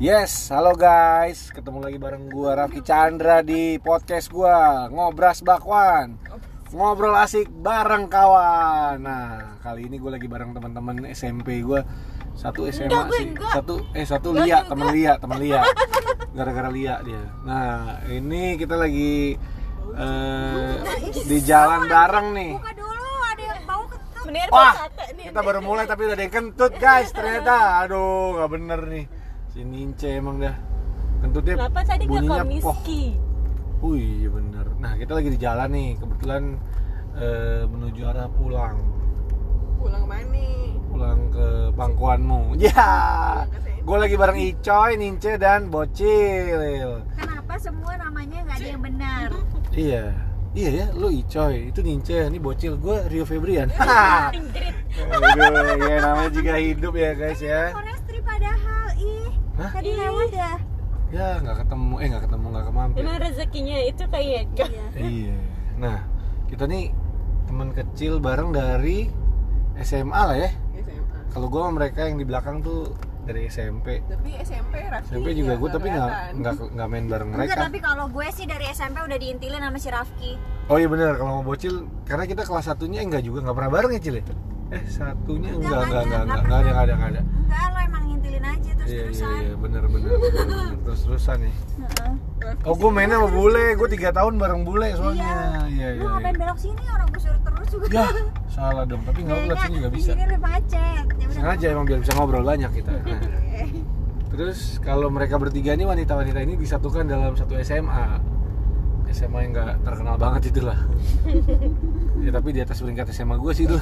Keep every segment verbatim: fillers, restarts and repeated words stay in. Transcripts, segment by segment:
Yes, halo guys, ketemu lagi bareng gua Raffi Chandra di podcast gua Ngobras Bakwan. Ngobrol asik bareng kawan. Nah, kali ini gua lagi bareng teman-teman S M P gua. Satu S M A enggak, sih, enggak. satu eh satu Lia, teman Lia, teman Lia. Gara-gara Lia dia. Nah, ini kita lagi eh, di jalan bareng nih. Buka dulu, ada yang bau kentut. Bener Wah, kata nih. kita baru mulai tapi udah ada yang kentut guys ternyata. Aduh, nggak bener nih. Si Nince emang dah. Kentutnya Kenapa tadi nggak bunyinya poh. komiski? Wih, iya bener. Nah, kita lagi di jalan nih. Kebetulan eh, menuju arah pulang. Pulang mana? Pulang ke pangkuanmu. Ya. Gue lagi bareng Icoy, Nince dan Bocil. Kenapa semua namanya nggak ada yang benar? Iya. Iya ya, lu Icoy, itu Nince, ini Bocil, gue Rio Febrian. Inggrit. Aduh, ya namanya juga hidup ya guys ya. Forestry padahal ih. Hah? Tadi lewat dah. Ya nggak ketemu, eh nggak ketemu nggak kemampir. Emang rezekinya itu kayak Iya. Iya. Nah, kita nih teman kecil bareng dari S M A lah ya. S M A. Kalau gue sama mereka yang di belakang tuh dari S M P. Tapi S M P Raffi. S M P juga ya, gue tapi nggak kelihatan. nggak nggak main bareng Enggak, mereka. tapi kalau gue sih dari S M P udah diintilin sama si Rafki. Oh iya benar, kalau mau Bocil karena kita kelas satunya enggak juga nggak pernah bareng ya Cil ya? Eh satunya enggak enggak enggak enggak enggak ada enggak ada enggak ada. Enggak, lo emang ngintilin aja terus Iya iya terusan. iya benar benar terus terusan ya. Heeh. Raffi Oh gue sih mainnya sama bule, gue tiga tahun bareng bule soalnya. Iya. Iya Lu iya. ngapain belok sini, orang gue suruh terus juga. Ya salah dong, tapi nggak boleh sini juga Di bisa. sini lebih macet. Ya udah. Sengaja emang biar bisa ngobrol banyak kita. Nah. Terus kalau mereka bertiga ini wanita-wanita ini disatukan dalam satu S M A. S M A yang nggak terkenal banget itulah. Ya tapi di atas peringkat S M A gue sih tuh.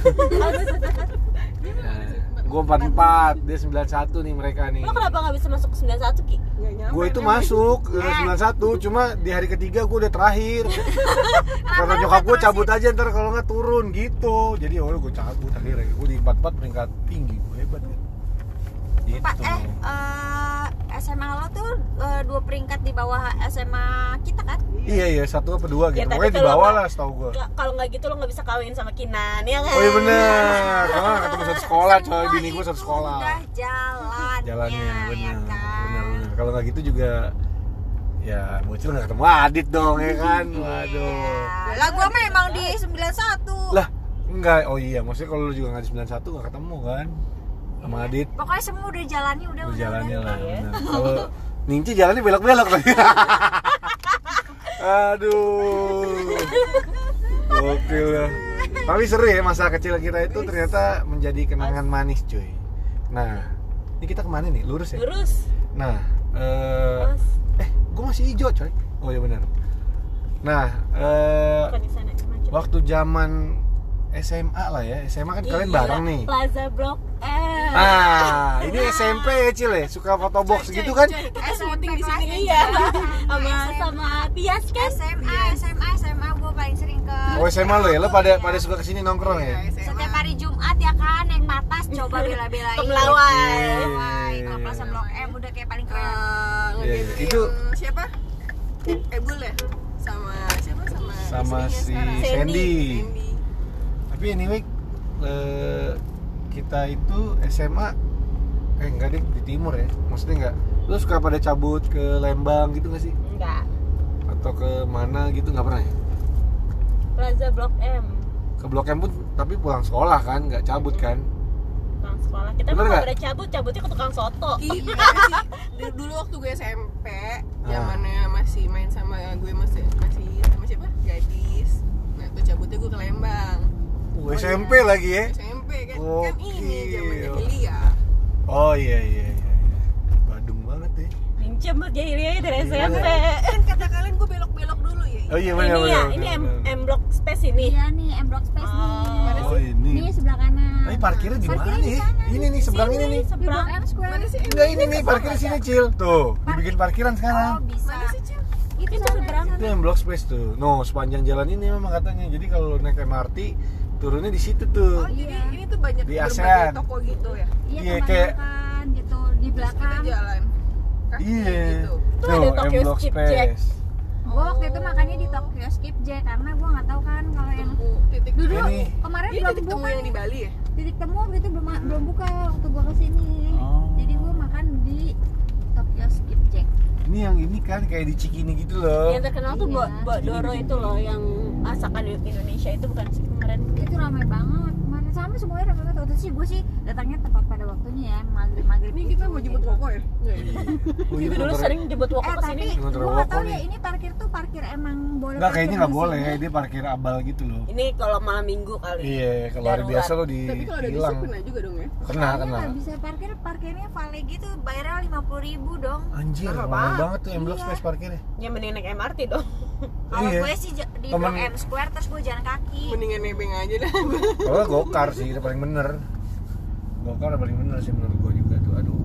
Nah, gue empat puluh empat, dia sembilan puluh satu nih mereka nih. Lo kenapa nggak bisa masuk ke sembilan puluh satu Ki? nggak nyampe. Gue itu kan? masuk ke sembilan puluh satu, cuma di hari ketiga gue udah terakhir. Karena nyokap gue cabut aja ntar kalau nggak turun gitu. Jadi ya udah gue cabut akhirnya. Gue di empat puluh empat peringkat tinggi, gue hebat ya. Gitu. Pak, eh, eh, S M A lo tuh eh, dua peringkat di bawah S M A kita kan? Iya iya satu apa dua gitu. Ya, tapi Pokoknya di kalau bawah nggak- lah setahu gue. Nggak- Kalau nggak gitu lo nggak bisa kawin sama Kinan ya kan? Oh iya bener. Karena ketemu satu sekolah coy, Semua bini gue itu satu sekolah. Udah jalannya, Jalannya ya bener, kan? bener bener. Kalau nggak gitu juga ya Bocil nggak ketemu Adit dong ya kan. Waduh. Ya, lah gua mah emang di sembilan puluh satu. Lah enggak, oh iya maksudnya kalau lu juga nggak di sembilan puluh satu nggak ketemu kan sama Adit. Pokoknya semua udah jalannya udah Lu udah. jalannya udah. lah. Iya. Bener. Kalau Ninci jalannya belok-belok lagi. Aduh. Oke lah. Tapi seru ya masa kecil kita itu ternyata menjadi kenangan manis cuy. Nah, ini kita kemana nih? Lurus ya? Lurus. Nah, eh, Mas, eh, gue masih hijau coy. Oh iya benar. Nah, eh, bukan di sana. Macet. waktu zaman S M A lah ya. S M A kan kalian Iya, bareng nih. Plaza Blok M. Ah, ini S M P ya Cil ya, suka foto box gitu kan? Coy, kita S M P syuting di sini. kelas Iya. tiga. Sama sama Tias kan? S M A, S M A, S M A gua paling sering ke. Oh S M A lo ya, lo pada pada suka kesini nongkrong Iya, ya? S M A. Setiap hari Jumat ya kan, naik patas coba bela-belain. Ke Melawai. Melawai, ke Plaza Blok M udah kayak paling keren. Eh, Iya, ngegentin iya. Itu- siapa? Ebul ya? Sama siapa? Sama Sama istrinya si sekarang. Sandy. Sandy. Tapi anyway, eh, kita itu S M A eh enggak deh di timur ya, maksudnya enggak. Lo suka pada cabut ke Lembang gitu nggak sih? Enggak. Atau ke mana gitu nggak pernah ya? Plaza Blok M. Ke Blok M pun tapi pulang sekolah kan, nggak cabut kan? Tukang sekolah. Kita Bener mah nggak? nggak pada cabut, cabutnya ke tukang soto. Iya sih. Dulu- Dulu waktu gue S M P, zamannya masih main sama gue masih masih sama siapa? Gadis. Nah, tuh cabutnya gue ke Lembang. Uh, S M P lagi ya? S M P kan, kan ini zamannya Gokil. Hilya. Oh iya iya iya. iya. Badung banget ya. Minjem buat jahiliyah dari S M P. Kan kata kalian gue belok-belok dulu ya. Oh iya benar Ini benar. ya, benar, ini M, benar. M Block Space ini. Iya nih, M Block Space Oh. nih. Oh ini. Ini sebelah kanan. Tapi parkirnya di mana Parkirnya di ya? sana. Ini nih seberang ini nih. Di Blok Seberang. M Square. Mana sih? Enggak ini nih parkir di sini Cil. Tuh, dibikin parkiran Oh, sekarang. bisa. Mana sih, Cil? Itu Itu sana, seberang. sana. Itu yang block space tuh. No, sepanjang jalan ini memang katanya. Jadi kalau naik M R T turunnya di situ tuh. Oh, jadi ini tuh banyak Di berbagai ASEAN. toko gitu ya. Iya, Iya, tempat kayak- makan gitu di Terus kita belakang. jalan kaki Iya. gitu. Tuh ada Tokyo block Skipjack. Gue waktu itu makannya di Tokyo Skipjack karena gue nggak tahu kan kalau yang Temu titik dulu Ini. kemarin Ini belum titik temu buka yang di nih. Bali ya? Titik temu waktu itu belum belum buka waktu gue kesini. Oh. Jadi gue makan di Tokyo Ini yang ini kan kayak di Cikini gitu loh. Yang terkenal tuh Mbak Iya. Mbak Doro itu loh, yang masakan Indonesia itu bukan sih kemarin. Itu ramai banget kemarin, sama semuanya ramai banget. Waktu sih gue sih datangnya tepat pada waktunya ya, maghrib maghrib. Ini kita mau jemput Koko ya? Nggak ya? Oh, Itu itu dulu motor- sering jemput Woko Eh ke sini. tapi Motor gue nggak tahu Woko ya nih. ini parkir tuh parkir emang boleh. Enggak, kayaknya parkir nggak di boleh, sini. dia parkir abal gitu loh. Ini kalau malam minggu kali. Iya, kalau hari Darurat. biasa lo Tapi kalau ada dihilang. distrik kena juga dong ya? Kena, Soalnya kena. nggak bisa parkir, parkirnya valet gitu, bayarnya lima puluh ribu dong. Anjir, Mahal mahal banget. banget tuh M Block Iya. space parkirnya. Ya mending naik M R T dong. Kalau Iya. gue sih j- di Temen- Blok M Square terus gue jalan kaki. Mendingan nebeng aja dah. Kalau gokar sih udah paling bener. Gokar udah paling bener sih menurut gue juga tuh. Aduh.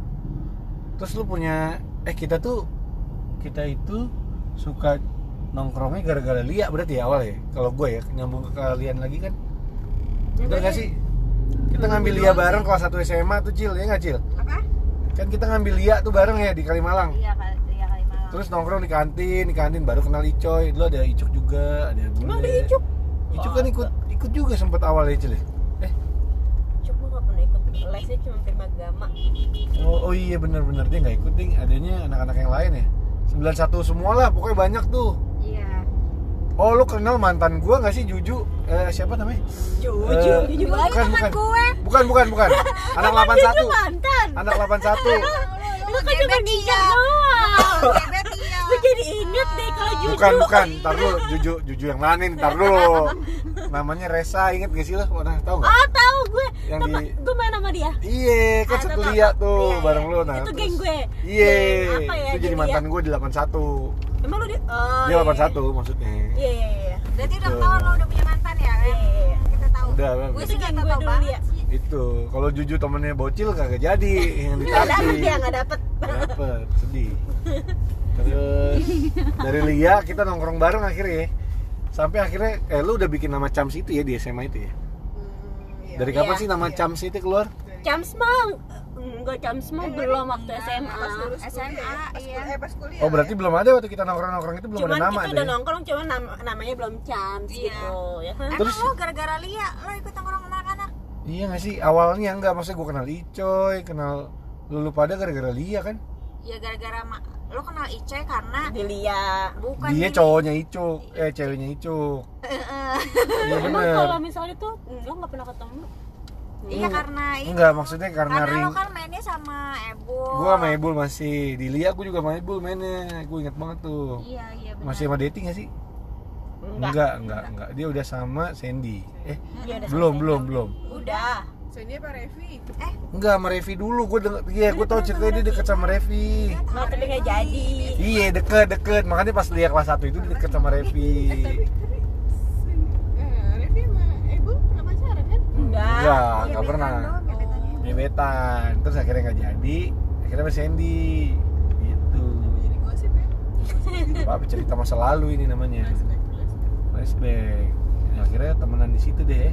Terus lu punya eh kita tuh kita itu suka nongkrongnya gara-gara Lia berarti ya awal ya. Kalau gue ya nyambung ke kalian lagi kan. Bener gak sih? Kita ngambil Lia bareng kelas satu S M A tuh Cil, ya nggak Cil? Apa? Kan kita ngambil Lia tuh bareng ya di Kalimalang. Iya kali, iya kali malam. Terus nongkrong di kantin, di kantin baru kenal Icoy. Dulu ada Icuk juga, ada Bule. Emang ada Icuk? Icuk kan ikut ikut juga sempet awal ya Cil ya? Eh, Cuma nggak pernah ikut lesnya, cuma terima agama. oh, oh iya bener-bener dia nggak ikut ding, adanya anak-anak yang lain ya. sembilan satu semua lah, pokoknya banyak tuh. Iya. Oh, lu kenal mantan gua nggak sih Juju? Eh, siapa namanya? Jujur, Eh, jujur Juju banget. bukan, teman bukan. gue. Bukan, bukan, bukan. Anak delapan satu. Jujur mantan. Anak delapan satu. Itu kan cuma ngincar doang. Bebet iya. Gue jadi inget deh kalau jujur. Bukan, bukan. Ntar dulu, Juju, Juju yang mana nih? Ntar dulu. Namanya Resa, inget gak sih lo? Pernah tahu nggak? Oh tahu gue. Yang Temen, di- gue main sama dia. Iya, kan Ah, satu tahu, Lia tahu. tuh Iya, iya. bareng lu. Nah, Itu terus- geng gue. Iya, Geng apa ya, itu jadi jadi mantan ya? gue di delapan satu. Emang lu dia? Oh, Dia delapan satu maksudnya. Iya iya iya. Berarti udah Tuh. tahu lo udah punya mantan ya? Iya, iya, iya. Kita tahu. Udah, Gue Bang. sih Itu nggak geng tahu gue dulu, banget Lia. sih. Itu, kalau Juju temennya bocil kagak jadi yang Nggak dapet ditaksi. dia, nggak dapet. Nggak dapet, sedih. Terus dari Lia kita nongkrong bareng akhirnya ya. Sampai akhirnya, eh lu udah bikin nama Cams itu ya di S M A itu ya? Hmm, iya. Dari kapan Iya, sih nama iya. Cams itu keluar? Cams mau enggak Cams mau belum waktu S M A. Pas lulus S M A, kuliah, pas iya. kuliah, eh, pas kuliah Oh berarti ya? belum ada waktu kita nongkrong-nongkrong itu belum Cuman ada nama kita deh. udah nongkrong, cuman nama, namanya belum Cams Iya. gitu ya kan. Emang Terus- lo gara-gara Lia lo ikut nongkrong anak-anak? Iya nggak sih? Awalnya enggak, maksudnya gue kenal Icoy, kenal lu pada gara-gara Lia kan? Ya gara-gara ma- lo kenal Icoy karena Di Lia. bukan Dia ini. cowoknya Icuk, eh ceweknya Icuk. Iya Emang bener. kalau misalnya tuh lo nggak pernah ketemu. Iya karena itu. Enggak, maksudnya karena, Karena ring. lo kan mainnya sama Ebul. Gua sama Ebul masih di Lia, gua juga sama Ebul mainnya. Gue inget banget tuh. Iya iya benar. Masih sama dating gak sih? Enggak. Enggak, enggak, enggak. Dia udah sama Sandy. Eh, Dia udah belum, selesai. belum, belum. Udah. Sandy apa Revi? Eh Enggak, sama Revi dulu. Gue denger, iya, gue tau ceritanya dia deket sama Revi. Nah, tapi nggak jadi. Iya, deket, deket. Makanya pas Lia kelas satu itu dia deket sama Revi. Eh tapi tapi Sandy- eh, Revi sama Ebul pernah pacaran kan? Enggak. Enggak, iya, enggak pernah. doang, gebetannya. Gebetan. Terus akhirnya nggak jadi. Akhirnya sama Sandy. Gitu. Jadi gosip ya? Apa cerita masa lalu ini namanya. Flashback, flashback. Flashback. Ya, akhirnya temenan di situ deh.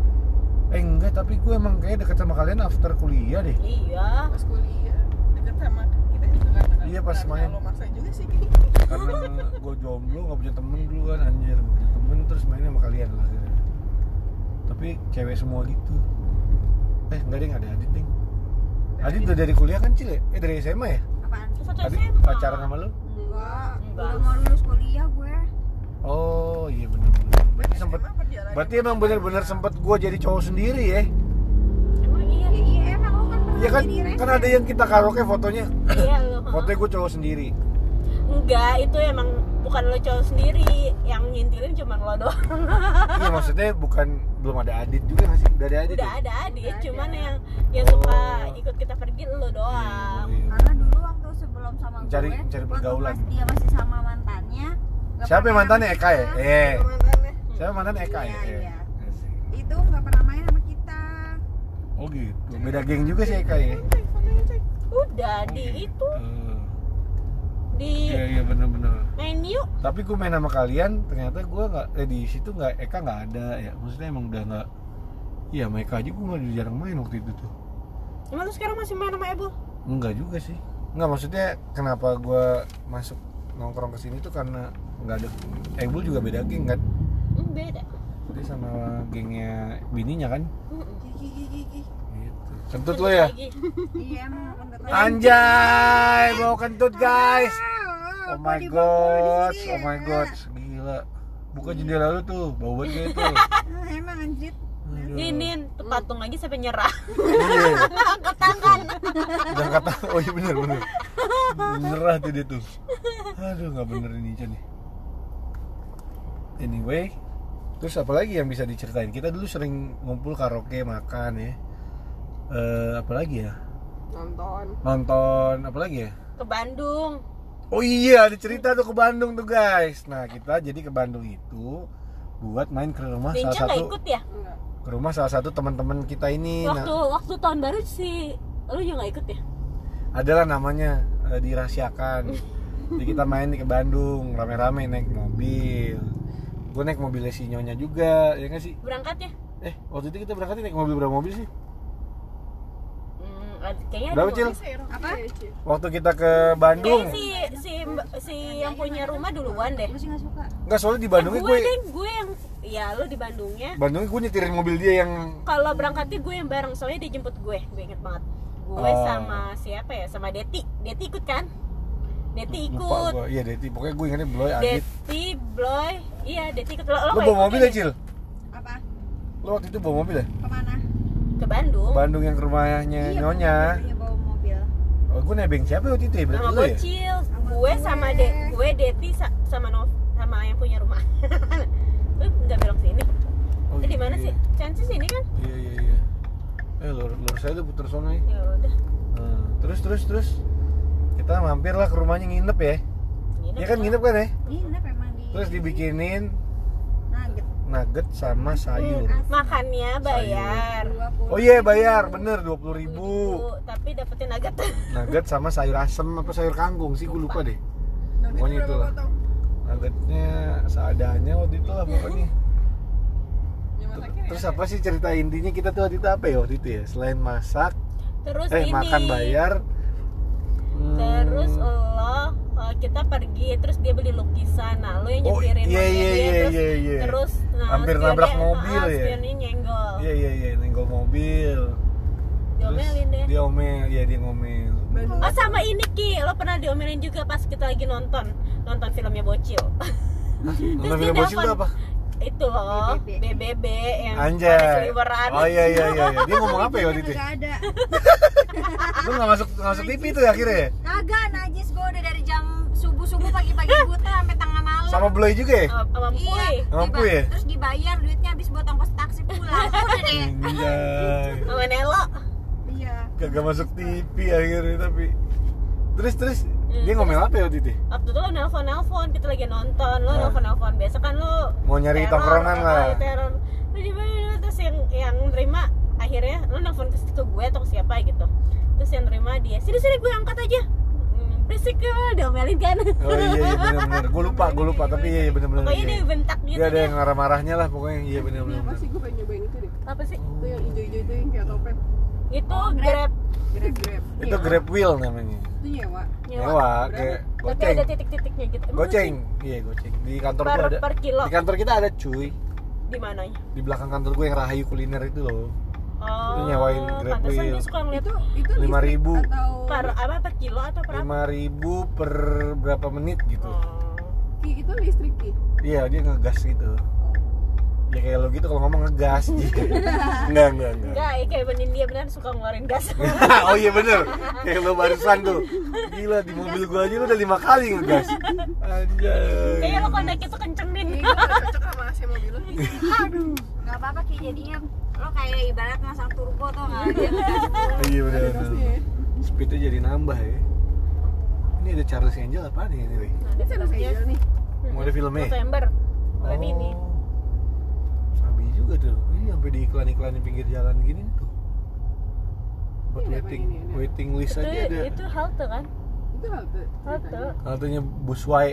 Eh enggak, tapi gue emang kayak deket sama kalian after kuliah deh. Iya. Pas kuliah deket sama kita juga karena Iya, pas karena main. lo maksa juga sih gini. Karena gue jomblo, gak punya temen dulu kan, anjir. Gak punya temen, terus mainnya sama kalian lah akhirnya. Tapi cewek semua gitu. Eh enggak deh, ada Adit deh. Adit udah dari kuliah kan Cil ya? Eh dari S M A ya? Apaan? Satu Adit S M A. pacaran sama lu? Enggak. Enggak. Udah mau lulus kuliah gue. Oh iya bener-bener. Berarti sempet, Emang perjalanan berarti emang bener-bener sempet gue jadi cowok sendiri ya? Emang iya. Ya iya emang lo kan pernah Iya kan, jadi rese. kan ada yang kita karaoke fotonya. Iya lo. Fotonya gue cowok sendiri. Enggak, itu emang bukan lo cowok sendiri, yang ngintilin cuma lo doang. Iya maksudnya bukan, belum ada Adit juga nggak sih? Udah ada Adit Udah ya? ada adik, Udah cuman ada. yang yang Oh. suka ikut kita pergi lo doang. Iya, iya. Karena dulu waktu sebelum sama Mencari- gue, mencari waktu pergaulan. pas dia masih sama mantannya. nggak Siapa yang pernah mantannya sama Eka ya? kita. Eh, mantannya. siapa mantan Eka ya? Iya, Eh. iya. Asik. Itu nggak pernah main sama kita. Oh gitu, beda geng juga sih Eka ya? Cek, fotonya cek. Udah Oh, di gitu. itu di Iya iya bener-bener. main yuk. Tapi gue main sama kalian, ternyata gue nggak, eh di situ nggak, Eka nggak ada ya. Maksudnya emang udah nggak. Iya, sama Eka aja gue nggak jarang main waktu itu tuh. Emang lu sekarang masih main sama Ebul? Enggak juga sih. Enggak, maksudnya kenapa gue masuk nongkrong ke sini tuh karena nggak ada. Ebul juga beda geng kan? Hmm, beda. Dia sama gengnya bininya kan? Mm-mm. Gitu. Kentut lo ya? Lagi. Iya emang kentut lagi. Anjay, mau kentut guys. Oh my Kok god, dibawa di sini oh my ya? god, gila. Buka jendela lu tuh, bau banget itu. Ah, emang anjir. Aduh. Ini tuh patung lagi sampai nyerah. Iya, Angkat tangan. udah kata, oh iya bener bener. Nyerah tuh dia tuh. Aduh, nggak bener ini Chan nih. Anyway, terus apa lagi yang bisa diceritain? Kita dulu sering ngumpul karaoke, makan ya. Eh, apa lagi ya? Nonton. Nonton, apa lagi ya? Ke Bandung. Oh iya, ada cerita tuh ke Bandung tuh guys. Nah, kita jadi ke Bandung itu buat main ke rumah Dinja salah nggak satu ikut ya? Enggak. ke rumah salah satu teman-teman kita ini. Waktu Nah, waktu tahun baru sih lu juga nggak ikut ya? adalah namanya eh, dirahasiakan. Jadi kita main di ke Bandung rame-rame naik mobil. Gue naik mobilnya si Nyonya juga, ya nggak sih? Berangkatnya? Eh, waktu itu kita berangkat naik mobil berapa mobil sih? Hmm, ad- kayaknya Berapa, ada Cil? Apa? Waktu kita ke Bandung. Kayaknya si si Mb- si yang punya rumah duluan deh. Gue sih nggak suka. Enggak, soalnya di Bandungnya gue gue deh, gue yang ya lu di Bandungnya. Bandungnya gue nyetirin mobil dia yang Kalau berangkatnya gue yang bareng, soalnya dia jemput gue, gue inget banget. Gue Oh. sama siapa ya? Sama Deti. Deti ikut kan? Deti lupa ikut. gue. Iya, Deti. Pokoknya gue ingatnya Bloy, Adit. Deti, Bloy, iya Deti ikut. Lo, lo Lo nggak bawa ikut mobil ya? ya, Cil? Apa? Lo waktu itu bawa mobil ya? Kemana? Ke Bandung. Bandung yang ke rumahnya Iya, Nyonya. bawa mobil, iya, bawa mobil. Oh, gue nebeng siapa waktu itu ya? Berarti Sama lo ya? Bocil. Sama Gue gue. sama De, gue Deti sa- sama Nov, sama yang punya rumah. Lu nggak belok sini? Oh, Eh, di mana iya. sih? Chances sini kan? Iya, iya, iya. Eh, lur, lur saya tuh puter sono ya. Ya udah. Nah, terus, terus, terus. Kita mampir lah ke rumahnya nginep ya. Nginep Iya kan lah. nginep kan ya? Nginep emang di. Terus dibikinin Nugget. nugget sama sayur. Makannya bayar. dua puluh. Oh iya, bayar. Bener, dua puluh ribu. Tapi dapetin nugget. Nugget sama sayur asem apa sayur kangkung sih, gue lupa deh. Nugget Pokoknya berapa itulah. potong? Nuggetnya seadanya waktu itu lah pokoknya. Ya, masaknya ya. Terus apa sih cerita intinya kita tuh waktu itu apa ya waktu itu ya? Selain masak, Terus eh ini. makan bayar. hmm, Terus lo uh, kita pergi, terus dia beli lukisan. Nah, lo yang Oh, nyetirin iya, mobilnya, iya, iya, terus, iya, iya. terus nah, Hampir spionnya- nabrak mobil ah, ya? spionnya nyenggol. Iya iya iya, nenggol mobil. Diomelin deh. Dia omel, iya dia ngomel. Bandung. Oh sama ini Ki, lo pernah diomelin juga pas kita lagi nonton nonton filmnya Bocil. Nonton dia film bocil nelpon. tuh apa? Itu loh, B B B. B B B yang Anjay. ada seliweran. Oh iya iya iya, iya. Dia ngomong apa ya waktu itu? Kagak ada. Lu nggak masuk nggak masuk T V tuh ya akhirnya ya? Kagak najis gue udah dari jam subuh-subuh pagi-pagi buta sampai tengah malam. Sama Bloy juga ya? Sama sama Puy. Iya, Mampu diba- ya? terus dibayar duitnya habis buat ongkos taksi pulang. Udah deh. Anjay. Sama Nelo. Iya. Kagak masuk T V akhirnya tapi. Terus terus Hmm, dia ngomel apa ya waktu itu? Waktu itu lo nelpon-nelpon, kita lagi nonton, lo Nah. nelpon-nelpon. Biasa kan lo Mau nyari teror, tongkrongan ah, lah. teror. Lo di mana? Terus yang yang nerima akhirnya lo nelpon ke, ke gue atau ke siapa gitu. Terus yang nerima dia, sini sini gue angkat aja. Hmm, berisik ya, diomelin kan. Oh iya iya benar-benar. Gue lupa, gue lupa tapi iya iya benar-benar. Pokoknya iya. dia bentak gitu Dia ada deh. yang marah-marahnya lah pokoknya. Iya Ini apa benar-benar. sih, gue pengen nyobain itu deh. Apa sih? Itu yang hijau-hijau itu yang kayak topet. Itu Oh, Grab. Grab Grab Grab. Itu Grab Wheel namanya. Itu nyewa. nyewa. Nyewa Berapa? kayak Tapi goceng. ada titik-titiknya gitu. Emang Goceng. Iya goceng. Di kantor Per, gua ada. per kilo. Di kantor kita ada cuy. Di mananya? Di belakang kantor gue yang Rahayu Kuliner itu loh. Oh, Ini nyewain Grab pantesan Wheel. dia suka ngeliat Itu itu lima listrik ribu. atau per apa per kilo atau per apa? lima ribu per berapa menit gitu. Oh. Ki, itu listrik Ki. Iya, dia ngegas gitu. Ya kayak lo gitu kalau ngomong ngegas. Enggak, enggak, enggak. Enggak, ya kayak benin dia benar suka ngeluarin gas. Oh iya bener. Kayak lo barusan tuh. Gila di mobil gua aja lo udah lima kali ngegas. Anjay. Kayaknya lo koneknya tuh kencemin. Ki, gue gak cocok sama A C mobil lo. Aduh. Gak apa-apa Ki, jadinya lo kayak ibarat masang turbo tuh nggak ada. Iya bener Ada bener. tasnya ya. Speednya jadi nambah ya. Ini ada Charles Angel apa nih ini? Weh? Nah, Ini harus filmnya Angel nih. Mau ada filmnya? November. Bulan ini. Sabi juga tuh. Ini sampai di iklan-iklan di pinggir jalan gini tuh. Buat Ini apa waiting ini? Ini. waiting list Itu aja ada. itu halte kan? Itu halte. Halte. Haltenya Busway.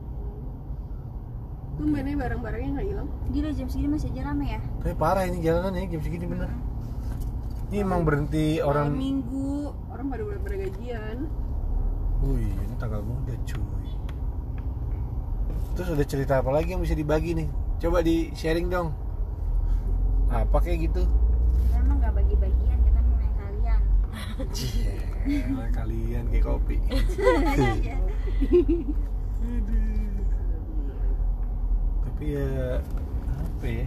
Tumbennya barang-barangnya nggak hilang. Gila jam segini masih aja rame ya. Tapi parah ini jalanan ya jam segini bener. Ini emang berhenti Malam orang. minggu orang pada pada gajian. Wih, ini tanggal muda cuy. Terus ada cerita apa lagi yang bisa dibagi nih? Coba di sharing dong. Apa kayak gitu? Kita emang gak bagi-bagian, kita mau yang kalian. Cie, kalian kayak kopi. Aduh. Tapi ya apa ya?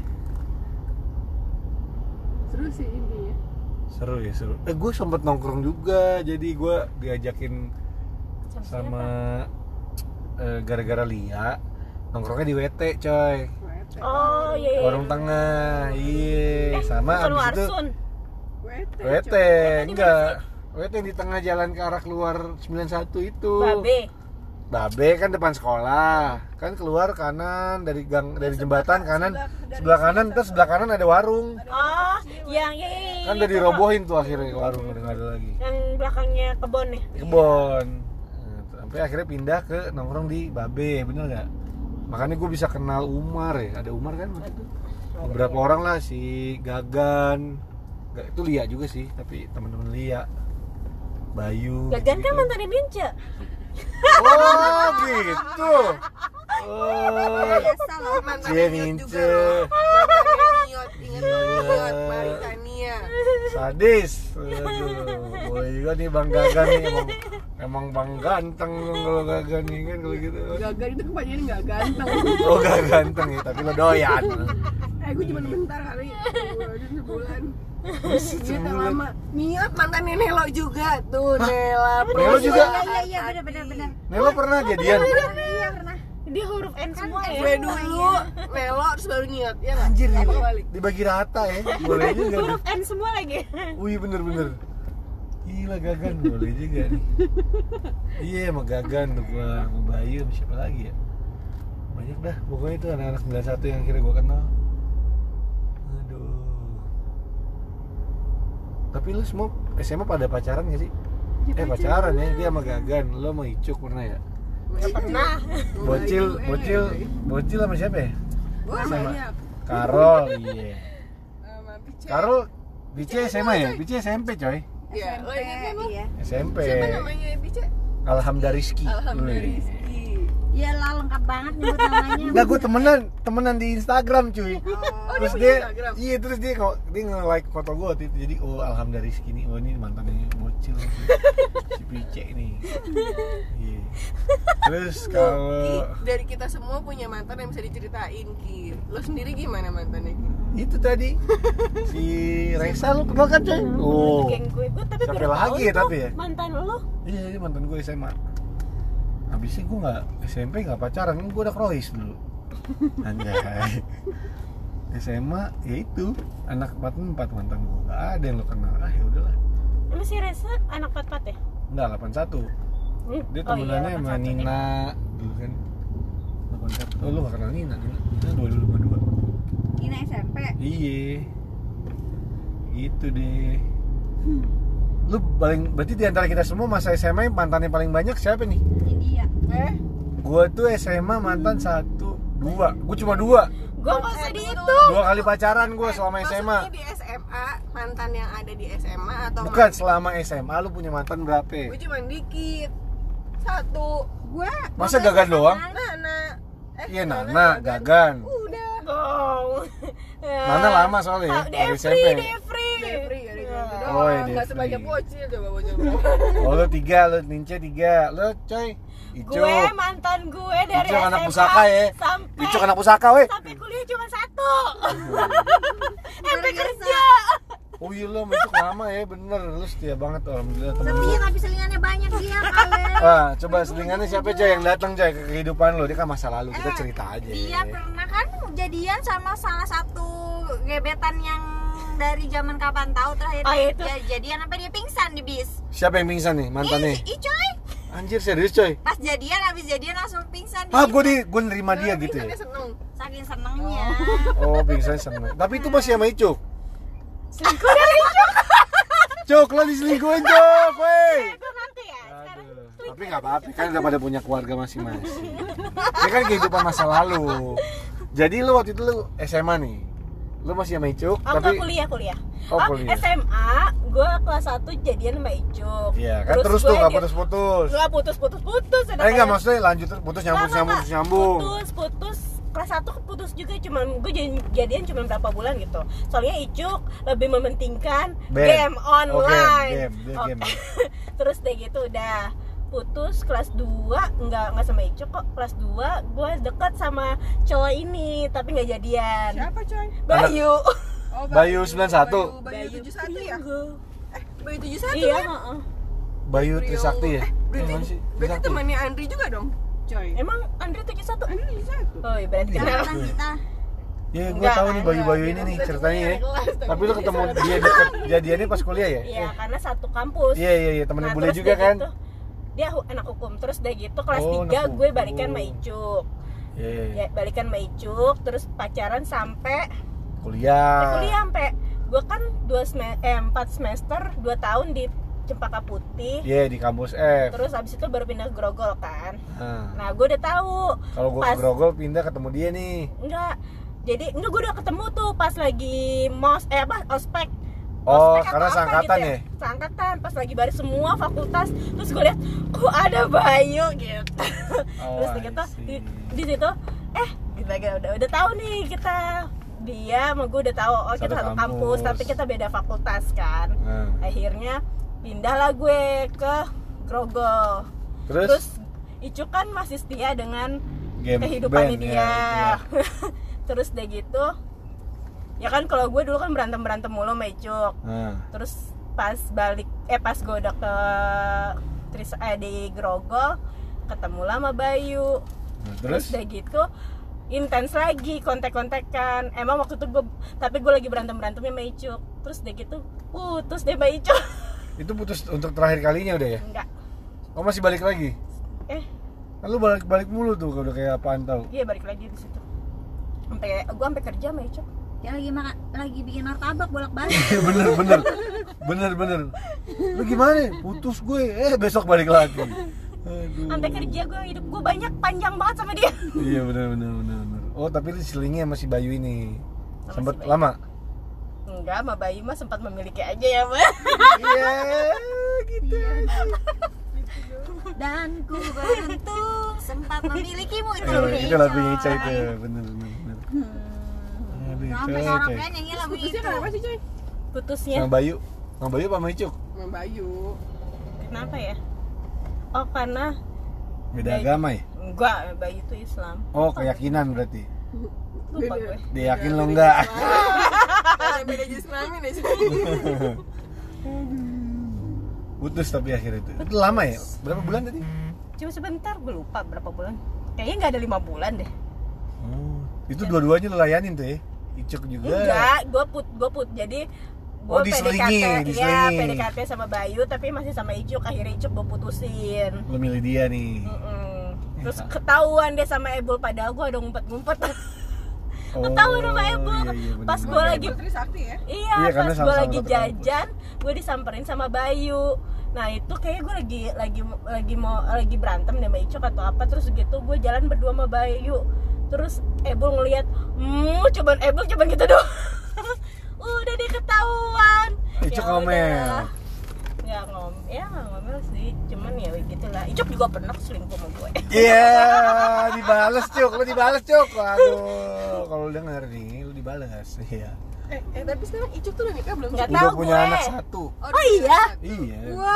Seru sih ini ya. Seru ya seru. Eh gue sempet nongkrong juga, jadi gue diajakin Sama sama eh, gara-gara Lia nongkrongnya di W T coy. Oh iya iya. Warung Tengah, iya. Eh, Sama bukan abis itu Warsun. W T, enggak. W T di tengah jalan ke arah keluar sembilan puluh satu itu. Babe. Babe kan depan sekolah. Kan keluar kanan dari gang dari jembatan kanan sebelah kanan terus sebelah kanan ada warung. Oh, yang iya iya. iya, Kan udah itu. dirobohin tuh akhirnya warung udah enggak ada lagi. Yang belakangnya kebon nih. Kebon. Nah, sampai akhirnya pindah ke nongkrong di Babe, bener nggak? Makanya gue bisa kenal Umar ya. Ada Umar kan waktu itu. Beberapa orang lah si Gagan. Gak, itu Lia juga sih, tapi teman-teman Lia. Bayu. Gagan kan gitu. mantannya Mince. Oh gitu. Oh, Biasa loh. Cie Mince. Mantannya Niot, ingat dong Niot, Maritania. Sadis. Aduh, boy juga nih Bang Gagan nih emang emang Bang ganteng kalau Gagan nih kan kalau gitu. Gagal itu kebanyakan nggak ganteng. Oh gak ganteng ya, tapi lo doyan. Eh gue cuma bentar kali, gue udah sebulan. Niot yang lama. Niot mantannya Nelo juga tuh, Nela. Nelo juga? Iya iya iya benar benar benar. Nelo pernah jadian? Iya pernah. Dia huruf N semua ya. Gue dulu Nelo terus baru Niot, ya nggak? Anjir nih, Apa kebalik? dibagi rata ya, boleh juga nih. Huruf N semua lagi. Wih bener-bener. Gila Gagan, boleh juga nih. Iya sama Gagan, gua sama Bayu sama siapa lagi ya? Banyak dah, pokoknya itu anak-anak sembilan puluh satu yang akhirnya gua kenal. Aduh. Tapi lu semua S M A pada pacaran gak sih? Eh pacaran ya, dia sama Gagan, lu sama Icuk pernah ya? Gak pernah. Bocil, bocil, bocil sama siapa ya? Gue Sama banyak. Karol, iya. Sama Pice. Karol, Pice S M A ya? Pice S M P coy. Iya, lo ingat kan lo? Iya. S M P. Siapa namanya Pice? Alhamdariski. Alhamdulillah Wih. Rizky. Iya lah lengkap banget nyebut namanya. Enggak, gue temenan, temenan di Instagram cuy. Oh, Terus dia punya dia, Instagram? iya terus dia kok dia nge-like foto gue waktu itu. Jadi oh Alhamdariski nih, oh ini mantannya bocil si Pice nih. Iya. Terus Ki, kalau dari kita semua punya mantan yang bisa diceritain, Ki. Lo sendiri gimana mantannya, Ki? itu tadi si Reza lu kenal kan coy? Oh. Geng gue, gue tapi Siapa baru lagi tahu ya itu tapi ya? mantan lo. Iya, ini mantan gue S M A. Habisnya gue nggak S M P nggak pacaran, kan gue udah krois dulu. Anjay. S M A ya itu anak empat puluh empat mantan gue, nggak ada yang lo kenal. Ah ya udahlah. Emang si Reza anak empat-empat ya? Enggak, delapan puluh satu. Hmm. Dia Oh temenannya iya, sama delapan puluh satu nih. Nina dulu kan. delapan puluh satu. Oh lu nggak kenal Nina? Nina, Nina dua puluh lima dua. Ini S M P. Iya. Itu deh. Lu paling berarti di antara kita semua masa S M A yang mantannya paling banyak siapa nih? India. Eh? Gua tuh S M A mantan satu, dua. Gua cuma dua. Gue gak usah Eh, dihitung. Dua kali pacaran gua selama S M A. Maksudnya di S M A, mantan yang ada di S M A atau Bukan, selama S M A lu punya mantan berapa? Gue cuma dikit. Satu. Gua Masa Gagan doang? Nana. Eh, Iya, Nana, Gagan. Udah. Go. Nana lama soalnya ya, dari S M Devri, P. Devri. Devri, ada gitu Oh, doang. iya, Nggak Devri. sebanyak bocil, coba bocil berapa? Oh lu tiga, lu Nince tiga. Lu coy, Ico. Gue mantan gue dari Ico S M A anak pusaka ya. sampai Ico anak pusaka weh. sampai kuliah cuma satu. Sampai kerja. Oh iya lu sama Ico lama ya, bener. Lu setia banget alhamdulillah temen lu. setia tapi selingannya banyak dia kali. Ah, coba selingannya siapa coy yang datang coy ke kehidupan lu? Dia kan masa lalu, kita Eh, cerita aja. Dia pernah kan jadian sama salah satu gebetan yang dari zaman kapan tahu terakhir Oh, itu. dia jadian sampai dia pingsan di bis. Siapa yang pingsan nih mantannya? Ih, ih coy. Anjir serius coy. Pas jadian habis jadian langsung pingsan. Ah, di gue bis. di gue nerima dia gitu ya. Pingsannya seneng. Saking senengnya. Oh, pingsan seneng. Tapi itu masih sama Icuk. Selingkuh dari Icuk. Cuk, lo diselingkuhin Cuk, wey. Gue nanti ya. Sekarang Aduh, tapi nggak apa-apa kan udah pada punya keluarga masing-masing. Ini kan kehidupan masa lalu. Jadi lu waktu itu lu S M A nih, lu masih sama Icuk, Oh, tapi enggak kuliah, kuliah. Oh, Oh, kuliah. S M A, gue kelas satu jadian sama Icuk. iya kan terus, tuh nggak putus-putus. Gak putus-putus-putus. Eh enggak maksudnya lanjut terus putus nyambung Nggak, nyambung nggak. terus nyambung. Putus, putus. kelas satu putus juga, cuman gue jadian cuma berapa bulan gitu. Soalnya Icuk lebih mementingkan Band. game online. Oh, game, game, Oke. game. Terus deh gitu udah putus kelas dua, enggak enggak sama Icuk kok. Kelas dua gue deket sama cowok ini tapi nggak jadian. Siapa coy? Bayu. Oh, Bayu sembilan satu. Bayu, Bayu tujuh satu ya? Iya. Eh, Bayu tujuh satu Iya, kan? heeh. Bayu Trisakti ya? Eh, berarti, Eh, mana sih? berarti Trisakti. temannya Andri juga dong, coy. Emang Andre tujuh satu? Andri tujuh satu. Oh, iya berarti Iya. kenal. Catatan kita. Ya, gue Enggak, tahu nih enggak, Bayu-Bayu ini enggak. nih Kita ceritanya cuma ya. naik kelas, tapi Tapi lu dia ketemu salah. dia deket jadiannya pas kuliah ya? Iya, Eh, karena satu kampus. Iya iya iya temennya Nah, bule terus juga udah kan? gitu, dia hu- anak hukum. Terus udah gitu kelas Oh, tiga anak gue hukum. balikan sama Icuk. Iya iya. Ya, balikan sama Icuk, terus pacaran sampai Kuliah. kuliah sampai gue kan dua sem- eh, empat semester, dua tahun di Cempaka Putih. Iya di kampus F. Terus abis itu baru pindah ke Grogol kan. Nah, Nah, gue udah tahu. kalau gue ke pas- Grogol pindah ketemu dia nih. Enggak. Jadi enggak, gue udah ketemu tuh pas lagi mos eh apa ospek. Oh, Ospek atau karena apa seangkatan gitu ya? Seangkatan, pas lagi baris semua fakultas. Terus gue lihat kok ada Bayu gitu. Oh, Terus I gitu see. di, di situ eh kita udah, udah udah tahu nih kita dia sama gue udah tahu oh kita Satu satu kampus, kampus. tapi kita beda fakultas kan. Nah, Akhirnya pindahlah gue ke Grogol. terus, Terus Icu kan masih setia dengan game kehidupannya band, dia. ya, Terus udah gitu, ya kan kalau gue dulu kan berantem berantem mulu sama Icuk. Nah, Terus pas balik, eh pas gue udah ke Tris, eh, di Grogol, ketemu lah sama Bayu. nah, Terus terus, udah gitu intens lagi kontek-kontekan. Emang waktu itu gue, tapi gue lagi berantem berantemnya sama Icuk. Terus udah gitu putus deh sama Icuk. itu putus untuk terakhir kalinya udah ya? Enggak. Oh masih balik lagi? Eh, Lalu balik-balik mulu tuh udah kayak apaan tau? iya balik lagi di situ. Sampai gue sampai kerja sama Icuk. Dia lagi makan, lagi bikin martabak bolak-balik. Iya bener bener bener bener. Lu gimana? Putus gue, eh besok balik lagi. Aduh. Sampai kerja gue, hidup gue banyak panjang banget sama dia. Iya bener bener bener bener. Oh tapi lu selingnya sama si Bayu ini Sama sempet si Bayu. lama? Enggak, sama Bayu mah sempat memiliki aja ya, Mbak. Iya gitu. Dan ku beruntung sempat memilikimu itu Eh, loh. itu lagunya Ica itu bener bener bener. Aduh, Sampai coy, orang coy. lain nyanyi lagu Putusnya itu. kenapa sih coy? Putusnya Sama Bayu, sama Bayu apa sama Icuk? Sama Bayu. kenapa ya? Oh, karena Beda Bayu. agama ya? enggak, Bayu itu Islam. Oh keyakinan berarti. Lupa gue. Dia yakin lo enggak? Ada beda jenis kelamin ya coy. Putus tapi akhirnya itu. Itu lama ya? Berapa bulan tadi? Cuma sebentar, gue lupa berapa bulan. Kayaknya nggak ada lima bulan deh. Oh, itu dua-duanya lo layanin tuh ya? Icuk juga. Enggak, gue put, gue put. Jadi gue Oh, diselingi, P D K T, ya diselingi. P D K T sama Bayu, tapi masih sama Icuk. Akhirnya Icuk gue putusin. Lo milih dia nih. Mm-mm. Terus Ya. ketahuan deh sama Ebul, padahal gue udah ngumpet-ngumpet. Oh, Ketahuan sama Ebul. iya, iya, bener, Pas bener. gue lagi Putri Sakti ya. Iya, Iya, karena pas gue sama-sama lagi satu kampus. jajan, gue disamperin sama Bayu. Nah itu kayaknya gue lagi lagi lagi mau lagi berantem deh sama Icuk atau apa. Terus gitu gue jalan berdua sama Bayu. Terus Ebul ngeliat, hmm, cobaan Ebul cobaan gitu doang. Udah deh ketahuan. Icuk Ya ngomel. udah. Ya ngom, ya nggak ngomel sih. Cuman ya gitulah. Icuk juga pernah selingkuh sama gue. Iya, dibales Cuk, lo dibales Cuk. Aduh, kalau lu denger nih, lu dibales. Iya. Eh, eh tapi sekarang Icuk tuh udah nikah belum? Nggak sih? tahu Udah punya gue. anak satu. Oh iya. Iya.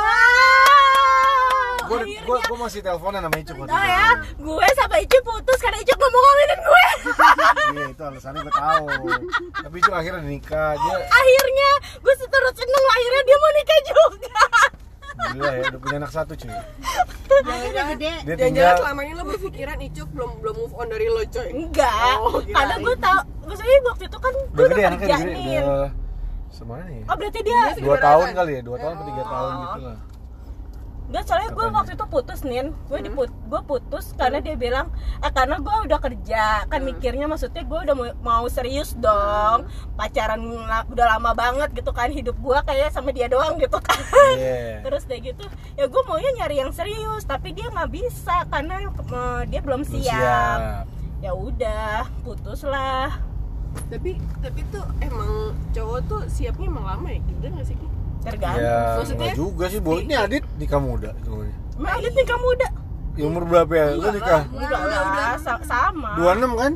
Wow. Gue Akhirnya. gue gue masih teleponan sama Icuk waktu Oh itu. ya, gue sama Icuk putus karena Icuk gak mau ngawinin gue. Iya, itu alasannya gue tahu. Tapi Icuk akhirnya udah nikah. Dia Akhirnya gue seterus seneng, akhirnya dia mau nikah juga. Alhamdulillah ya, udah punya anak satu cuy. Akhirnya udah gede. Dia Jangan-jangan tinggal selama ini lo berpikiran Icuk belum belum move on dari lo coy. Enggak, Oh, kirain. karena gue tau, maksudnya waktu itu kan gue udah udah gede anaknya kerja udah gede. nih. Udah semana ya? Oh berarti dia, Iya, Dua segera tahun kan? kali ya, dua tahun atau tiga tahun gitu lah. Enggak, soalnya gue Katanya. waktu itu putus nih, gue diput, gue putus karena dia bilang, ah karena gue udah kerja, kan mikirnya maksudnya gue udah mau, mau serius dong, pacaran la- udah lama banget gitu kan, hidup gue kayak sama dia doang gitu kan. Iya. Terus deh gitu, ya gue maunya nyari yang serius, tapi dia nggak bisa karena eh, dia belum Belum siap. Ya udah, putus lah. Tapi tapi tuh emang cowok tuh siapnya emang lama ya, gitu nggak sih? Ki? Tergantung. Ya, Maksudnya- enggak juga sih, Bo. Ini Adit nikah muda sebenarnya. Emang Adit nikah muda? Ya, umur berapa ya? Lu nikah? Enggak lah, sa- sama. dua puluh enam kan?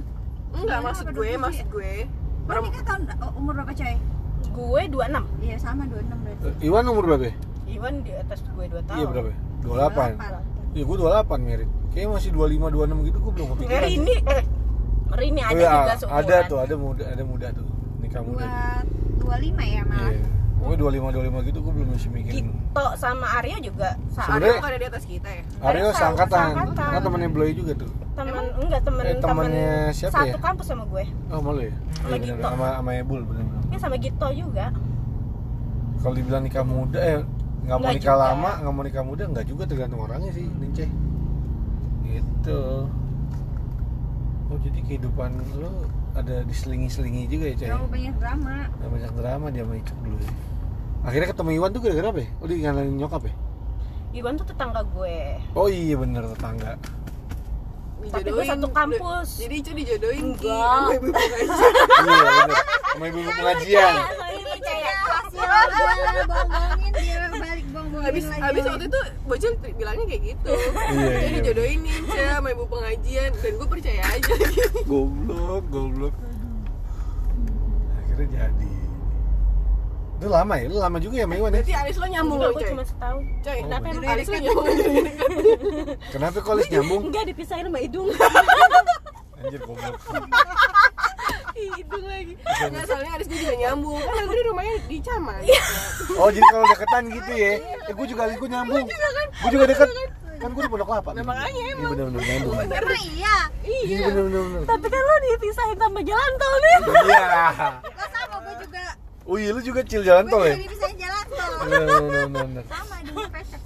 Enggak, Iya, maksud apa gue, dua puluh tujuh maksud ya? gue. Lo nikah tahun oh, umur berapa coy? Gue dua puluh enam. Iya sama dua puluh enam berarti. Eh, Iwan umur berapa ya? Iwan di atas gue dua tahun. Iya berapa ya? dua puluh delapan. Iya gue dua puluh delapan merit. Kayaknya masih dua puluh lima, dua puluh enam gitu gue belum kepikiran. Ngeri ini eh ngeri ini ada Oh, iya, juga seumuran. ada tuh, ada muda, ada muda tuh. Nikah muda. Dua dua lima ya malah. Iya. Gue dua puluh lima, dua puluh lima gitu gue belum masih mikirin. Gito sama Aryo juga Saat Sebenarnya- ada di atas kita ya. Aryo Aryo seangkatan. seangkatan. Kan temennya Bloy juga tuh. teman enggak temen Eh, temennya temen siapa satu ya? kampus sama gue. Oh malu ya? Sama Iya, bener, Gito. sama sama Ebul bener-bener. Ya sama Gito juga. Kalau dibilang nikah muda eh nggak mau Nggak nikah juga. lama, nggak mau nikah muda, nggak juga tergantung orangnya sih, Nince. Gitu. Oh jadi kehidupan lo ada diselingi-selingi juga ya, Cey? Terlalu banyak drama. Nggak banyak drama dia sama Icuk dulu ya. Akhirnya ketemu Iwan tuh gara-gara apa ya? Oh dikenalin nyokap ya? Iwan tuh tetangga gue. Oh iya bener tetangga. Tapi gue satu kampus. Jadi itu dijodohin Ki Enggak. sama ibu pengajian. Iya bener. Sama ibu pengajian. Ini percaya hasil gue bohong-bohongin dia balik bohong-bohongin Habis lagi. habis waktu itu bocil bilangnya kayak gitu. Iya, Jadi iya. dijodohin Ninja sama ibu pengajian dan gue percaya aja gitu. Goblok, goblok. Akhirnya jadi. Itu lama ya? Lu lama juga ya sama Iwan ya? Berarti alis lo nyambung Enggak, lo gue coy. cuma setahun. Coy, Oh, kenapa bener. emang alis lo nyambung aja? Kenapa kok Lis nyambung? Enggak dipisahin sama hidung. Anjir goblok. Hidung lagi. Enggak, soalnya alis gue juga nyambung. Kan Agri rumahnya di Caman. Oh jadi kalau deketan gitu ya? Eh gue juga alis gue nyambung. Gue juga deket. Kan gue di Pondok Kelapa. Nah, makanya Iya emang. bener-bener nyambung. Emang iya. Iya bener-bener. bener. Tapi kan lo dipisahin sama jalan tol nih. Iya. Lo sama gue juga. Oh iya lu juga chill jalan tol Gue ya? juga bisa jalan tol. Bener bener bener. Sama di pesek.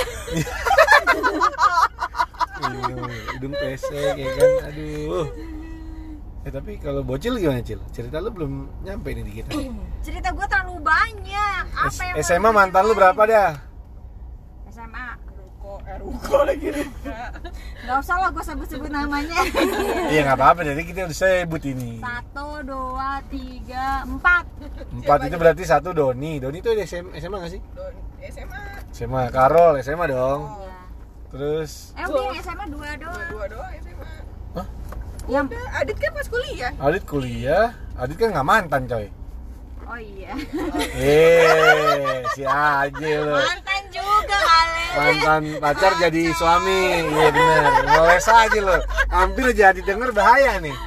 Iya, hidung pesek ya kan. Aduh. Eh tapi kalau bocil gimana Cil? Cerita lu belum nyampe nih di kita. Cerita gue terlalu banyak. Apa yang S- S M A mantan lu berapa dah? S M A. Ruko, eh Ruko lagi Ruka. Gak usah lah gue sebut-sebut namanya. Iya nggak apa-apa, jadi kita udah sebut ini. Satu, dua, tiga, empat. Empat itu berarti satu Doni. Doni itu S M A nggak sih? Don S M A. S M A. Karol S M A dong. Iya. Terus Eh udah yang S M A dua doang. Dua-dua doang S M A. Hah? Yang Udah, Adit kan pas kuliah. Adit kuliah. Adit kan nggak mantan coy. oh iya. Eh si aja lo. Mantan juga kali. Mantan pacar jadi suami. Iya bener. Ngeles aja lo. Hampir aja Adit denger bahaya nih.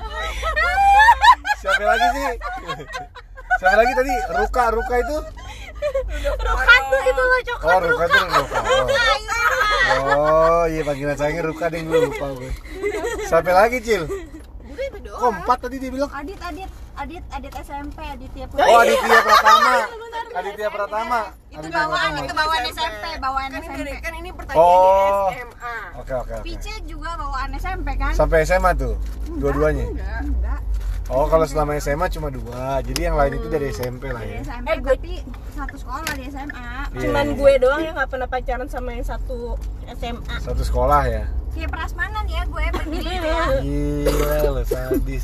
Siapa lagi sih? Siapa lagi tadi? Ruka, Ruka itu? Ruka tuh itu lo coklat. Oh, Ruka itu Ruka. Oh, oh iya panggilan sayangnya Ruka deh dulu lupa gue. Siapa lagi, Cil? Udah itu doang. Kok empat tadi dia bilang? Adit, Adit, Adit, Adit S M P, Aditya Oh, Putri. Aditya Pratama. Aditya Pratama. Itu Aditya bawaan, Pratama. itu bawaan S M P, bawaan Kan S ini M P. dari- kan ini pertanyaannya Oh. S M A. Oke, oke, oke. Pice juga bawaan S M P kan? Sampai S M A tuh? Dua-duanya? Enggak. Enggak. Oh, kalau selama S M A cuma dua. Jadi yang lain itu dari S M P lah Dari ya. S M P Eh, gue- tapi satu sekolah di S M A. Iya, Cuman iya. gue doang yang nggak pernah pacaran sama yang satu S M A. Satu sekolah ya. Kayak prasmanan ya gue begini ya. Gila lo sadis.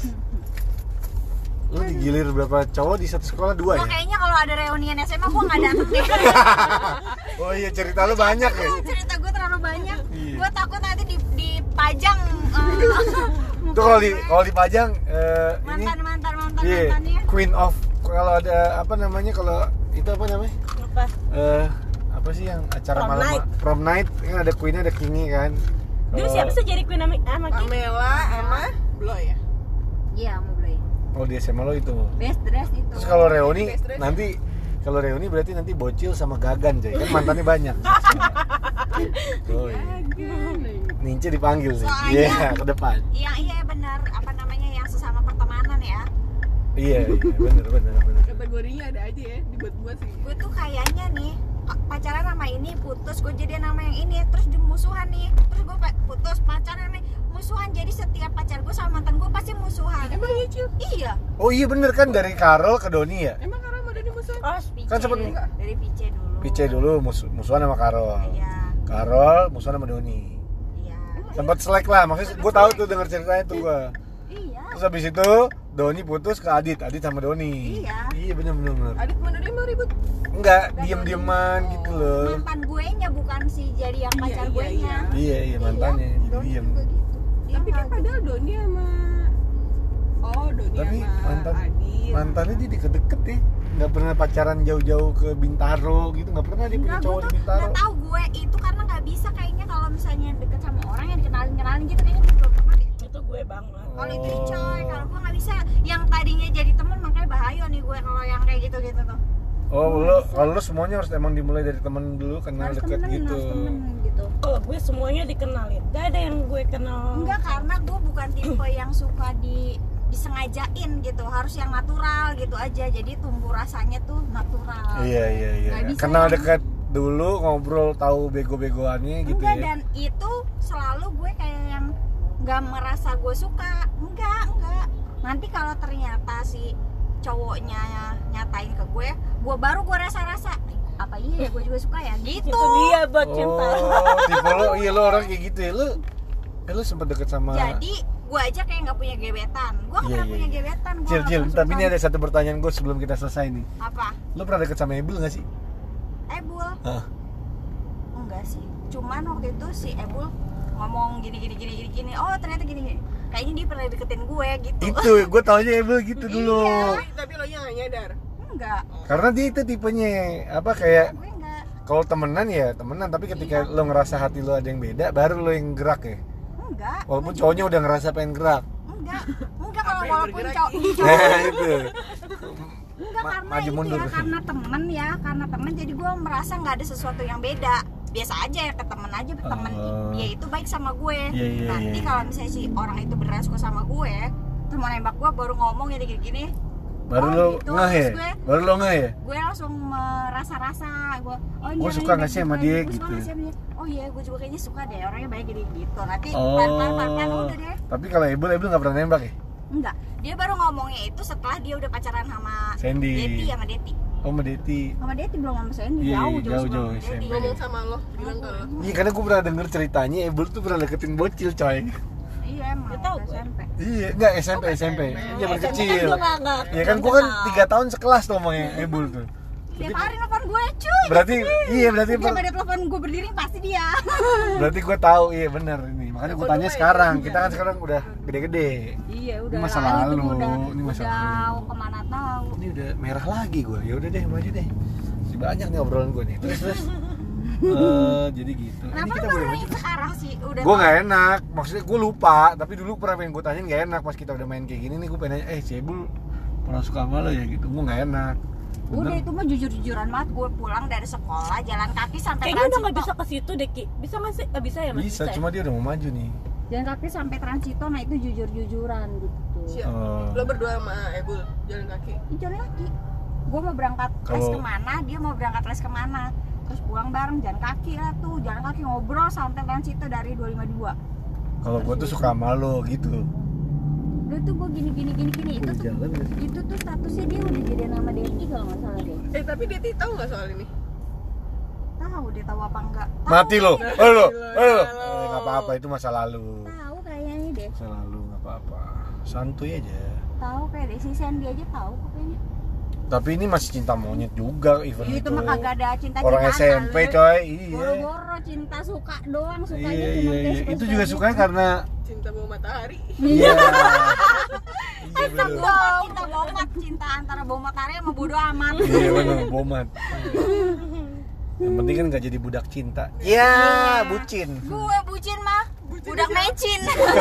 Lu digilir berapa cowok di satu sekolah? Dua Gue ya? kayaknya kalau ada reunian S M A gue nggak dateng deh. Oh iya cerita lu banyak ya? Cerita gue terlalu banyak. Iya. Gue takut nanti dipajang eh, Itu kalau di kalau dipajang eh, ini mantan mantan mantan iya, mantannya. Queen of kalau ada apa namanya kalau itu apa namanya? Apa? Eh apa sih yang acara Prom malam night. prom night kan ada queennya ada kingnya kan? Dulu Kalau- siapa sih jadi queen sama sama Ki? Pamela sama Bloy ya. Iya mau beli. Kalau di S M A lo itu. Best dress itu. Terus kalau reuni Best dress. nanti kalau reuni berarti nanti bocil sama gagan coy. Kan mantannya banyak. Oh iya. Nince dipanggil nih. Soalnya- Iya, ke depan. Iya iya benar. Apa namanya yang sesama pertemanan ya. Iya, iya, benar benar benar. Kategorinya ada aja ya, dibuat-buat sih. Gue tuh kayaknya nih pacaran sama ini putus, gue jadian sama yang ini, terus di musuhan nih, terus gue pa- putus pacaran sama musuhan, jadi setiap pacar gue sama mantan gue pasti musuhan. Emang iya Cil? Iya. Oh iya bener kan dari Karol ke Doni ya? Emang karena mau dari musuh? Oh, Pice. Kan sempet- dari Pice dulu. Pice dulu musuh musuhan sama Karol. Iya. Karol musuhan sama Doni. Iya. Sempat selek lah, maksudnya gue tahu tuh denger ceritanya tuh gue. Iya. Terus habis itu Doni putus ke Adit, Adit sama Doni. Iya. Iya bener bener bener. Adit mana dia mau ribut? Enggak, diem-dieman gitu loh. Mantan gue nya bukan si jadi yang Iya, pacar iya, gue nya. iya. Iya iya mantannya, jadi Doni diem. juga gitu. Dia Tapi kan nggak- padahal Doni sama Oh, Doni Tapi sama mantan Adit. mantannya dia deket-deket ya, nggak pernah pacaran jauh-jauh ke Bintaro gitu, nggak pernah dia punya Enggak, gue cowok di tuh Bintaro. nggak tahu gue itu karena nggak bisa kayaknya kalau misalnya deket sama orang yang dikenalin kenalin gitu kayaknya gue belum pernah deh. Itu gue banget. Kalau itu coy, kalau gue nggak bisa. Yang tadinya jadi temen makanya bahaya nih gue kalau yang kayak gitu gitu tuh. Oh, lo kalau lo semuanya harus emang dimulai dari teman dulu, kenal Harus deket temen, gitu. harus temen gitu. Oh, gue semuanya dikenalin. Gak ada yang gue kenal. Enggak, karena gue bukan tipe yang suka di disengajain gitu, harus yang natural gitu aja. Jadi tumbuh rasanya tuh natural. Iya iya iya. Nggak bisa Kenal yang- dekat dulu, ngobrol, tahu bego-begoannya gitu Enggak, ya. dan itu selalu gue kayak yang nggak merasa gue suka. Enggak, enggak. Nanti kalau ternyata si cowoknya nyatain ke gue, gue baru gue rasa-rasa apa iya ya gue juga suka ya gitu. Itu dia buat cinta. Oh, tipe lo, iya lo orang kayak gitu ya. Lo, eh, lo sempet deket sama. Jadi gue aja kayak nggak punya gebetan. Gue nggak Iya, pernah iya, punya iya. gebetan. Gue Cil, nggak Cil, pernah tapi suka. ini ada satu pertanyaan gue sebelum kita selesai nih. Apa? Lo pernah deket sama Ebul gak sih? Ebul? Hah? Enggak sih. Cuman waktu itu si Ebul ngomong gini gini gini gini gini. Oh ternyata gini gini. Kayaknya dia pernah deketin gue gitu. Itu, gue taunya Ebul gitu dulu. Iya. Tapi, tapi lo nya nggak nyadar. Enggak. Karena dia itu tipenya apa kayak Gue enggak. kalau temenan ya temenan, tapi ketika Iya. lo ngerasa hati lo ada yang beda, baru lo yang gerak ya. Enggak. Walaupun Enggak cowoknya juga. udah ngerasa pengen gerak. Enggak. Enggak Apa kalau yang walaupun bergerak? cowok. Nah itu. Enggak Ma- karena maju itu mundur. ya karena temen ya, karena temen jadi gue merasa nggak ada sesuatu yang beda. Biasa aja ya ke temen aja, temen Oh. dia itu baik sama gue. Iya, iya, Nanti iya. kalau misalnya si orang itu beneran suka sama gue, terus mau nembak gue baru ngomong gini gini gini. Baru Oh, lo gitu. ngeh ya? Terus gue- Baru lo ngeh ya? Gue langsung merasa-rasa gue oh Gue iya, suka iya, nggak sih sama gue dia suka gitu. nggak sih sama dia? Oh iya gue juga kayaknya suka deh, orangnya baik gini gitu. Nanti Oh. pelan-pelan pelan-pelan udah deh. Tapi kalau Ebul, Ebul nggak pernah nembak ya? Enggak, dia baru ngomongnya itu setelah dia udah pacaran sama Sandy. Deti sama Deti. Oh, sama Deti. Sama Deti belum sama Sandy, Iya, jauh iya, jauh jauh, jauh, sebelum Deti. Sandy. Ngomong sama lo, bilang ke lo. Iya, karena gue pernah denger ceritanya Ebul tuh pernah deketin bocil, coy. Iya emang Nggak tahu S gue. M P. Iya, enggak S M P, S M P. Zaman S M P kecil. kan gue nggak- nggak- Iya kan, gue kan tiga tahun sekelas tuh sama yang Ebul tuh. Tiap hari nelfon gue cuy. Berarti, iya berarti Tiap per- ada telepon gue berdiri pasti dia. berarti gue tahu, iya benar ini. Makanya gue tanya sekarang. Iya. Kita kan sekarang udah gede-gede. Iya udah. Ini masa lalu tuh lalu, gua udah, ini masa udah lalu. kemana tahu. Ini udah merah lagi gue. Ya udah deh, maju deh. Masih banyak nih obrolan gue nih. Terus terus. Eh, jadi gitu. Ini Kenapa kita lu boleh baru maju. nanya sekarang sih? Udah. Gue nggak enak, maksudnya gue lupa. Tapi dulu pernah pengen gue tanyain nggak enak pas kita udah main kayak gini nih. Gue pengen nanya, eh si Ebul pernah suka sama lo ya gitu. Gue nggak enak. Udah Bener. itu mah jujur-jujuran banget. Gue pulang dari sekolah jalan kaki sampai Kayaknya udah Transito. nggak bisa ke situ deh Ki. Bisa nggak sih? Eh, bisa ya mas? Bisa, ya? cuma dia udah mau maju nih. Jalan kaki sampai Transito, nah itu jujur-jujuran gitu. Siap. Oh. Lo berdua sama Ebul jalan kaki. Ih, jalan kaki. Gue mau berangkat les Kalau- kemana, dia mau berangkat les kemana. Terus pulang bareng jalan kaki lah tuh, jalan kaki ngobrol sampai Transito dari dua lima dua. Kalau gue tuh suka sama lo gitu. Udah tuh gue gini gini gini gini itu Udah tuh jalan gak sih? itu tuh statusnya dia udah jadi nama Deti kalau nggak salah deh. Eh tapi dia tahu nggak soal ini? Tahu dia tahu apa enggak? Tahu Mati lo, kayaknya. oh lo, oh lo. Halo. Eh, nggak apa-apa, itu masa lalu. Tahu kayaknya deh. Masa lalu nggak apa-apa. Santuy aja. Tahu kayak deh si Sandy aja tahu kok kayaknya. Tapi ini masih cinta monyet juga event Itu itu. mah kagak ada cinta-cintaan. Orang S M P coy, iya. Boro-boro cinta suka doang, sukanya Iya cuma iya dia iya. suka Itu juga sukanya karena Cinta bawah matahari. iya. Iya bener. Bohong, cinta bomat, cinta antara bau matahari sama bodo amat. Iya benar, bomat. Yang penting kan gak jadi budak cinta. Iya, bucin. Gue bucin mah, budak mecin.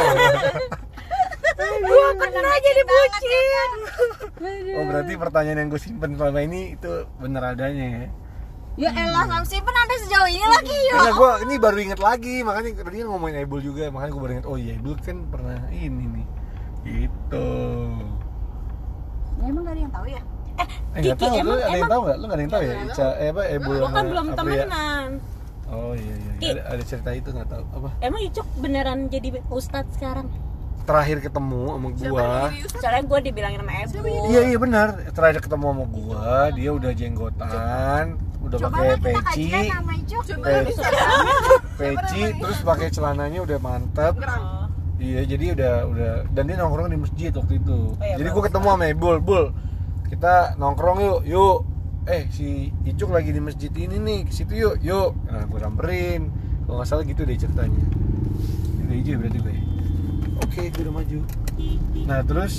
Gue pernah jadi bucin. Oh berarti pertanyaan yang gue simpen selama ini itu bener adanya ya. Ya elah, kamu simpen ada sejauh ini lagi ya. Karena gue ini baru inget lagi, makanya tadi kan ngomongin Ebul juga, makanya gue baru inget, oh iya Ebul kan pernah ini nih, gitu. Ya, emang gak ada yang tahu ya? Eh nggak Kiki, tahu, lu emang- ada yang emang- tahu nggak? Lu nggak ada yang tahu ya? Ica, eh apa Ebul Gue sama kan belum Apria? temenan. Oh iya iya, Ki. ada, ada cerita itu nggak tahu apa? Emang Icok beneran jadi ustadz sekarang? Terakhir ketemu sama Siapa gua. yang jadi Ustaz? Soalnya gue dibilangin sama Ebu. Iya iya benar. Terakhir ketemu sama gua, dia udah jenggotan, udah Coba pakai lah kita peci, kajian sama Icuk. Coba Eh. bisa. peci, terus pakai celananya udah mantep. Gerang. Oh. Iya, jadi udah udah dan dia nongkrong di masjid waktu itu. iya, Jadi bagus gua ketemu sama Ebul, Bul. Kita nongkrong yuk, yuk. Eh si Icuk lagi di masjid ini nih, ke situ yuk, yuk. Nah, gua samperin. Kalau nggak salah gitu deh ceritanya. Ini udah hijau berarti gue. Oke, gue udah maju. Nah terus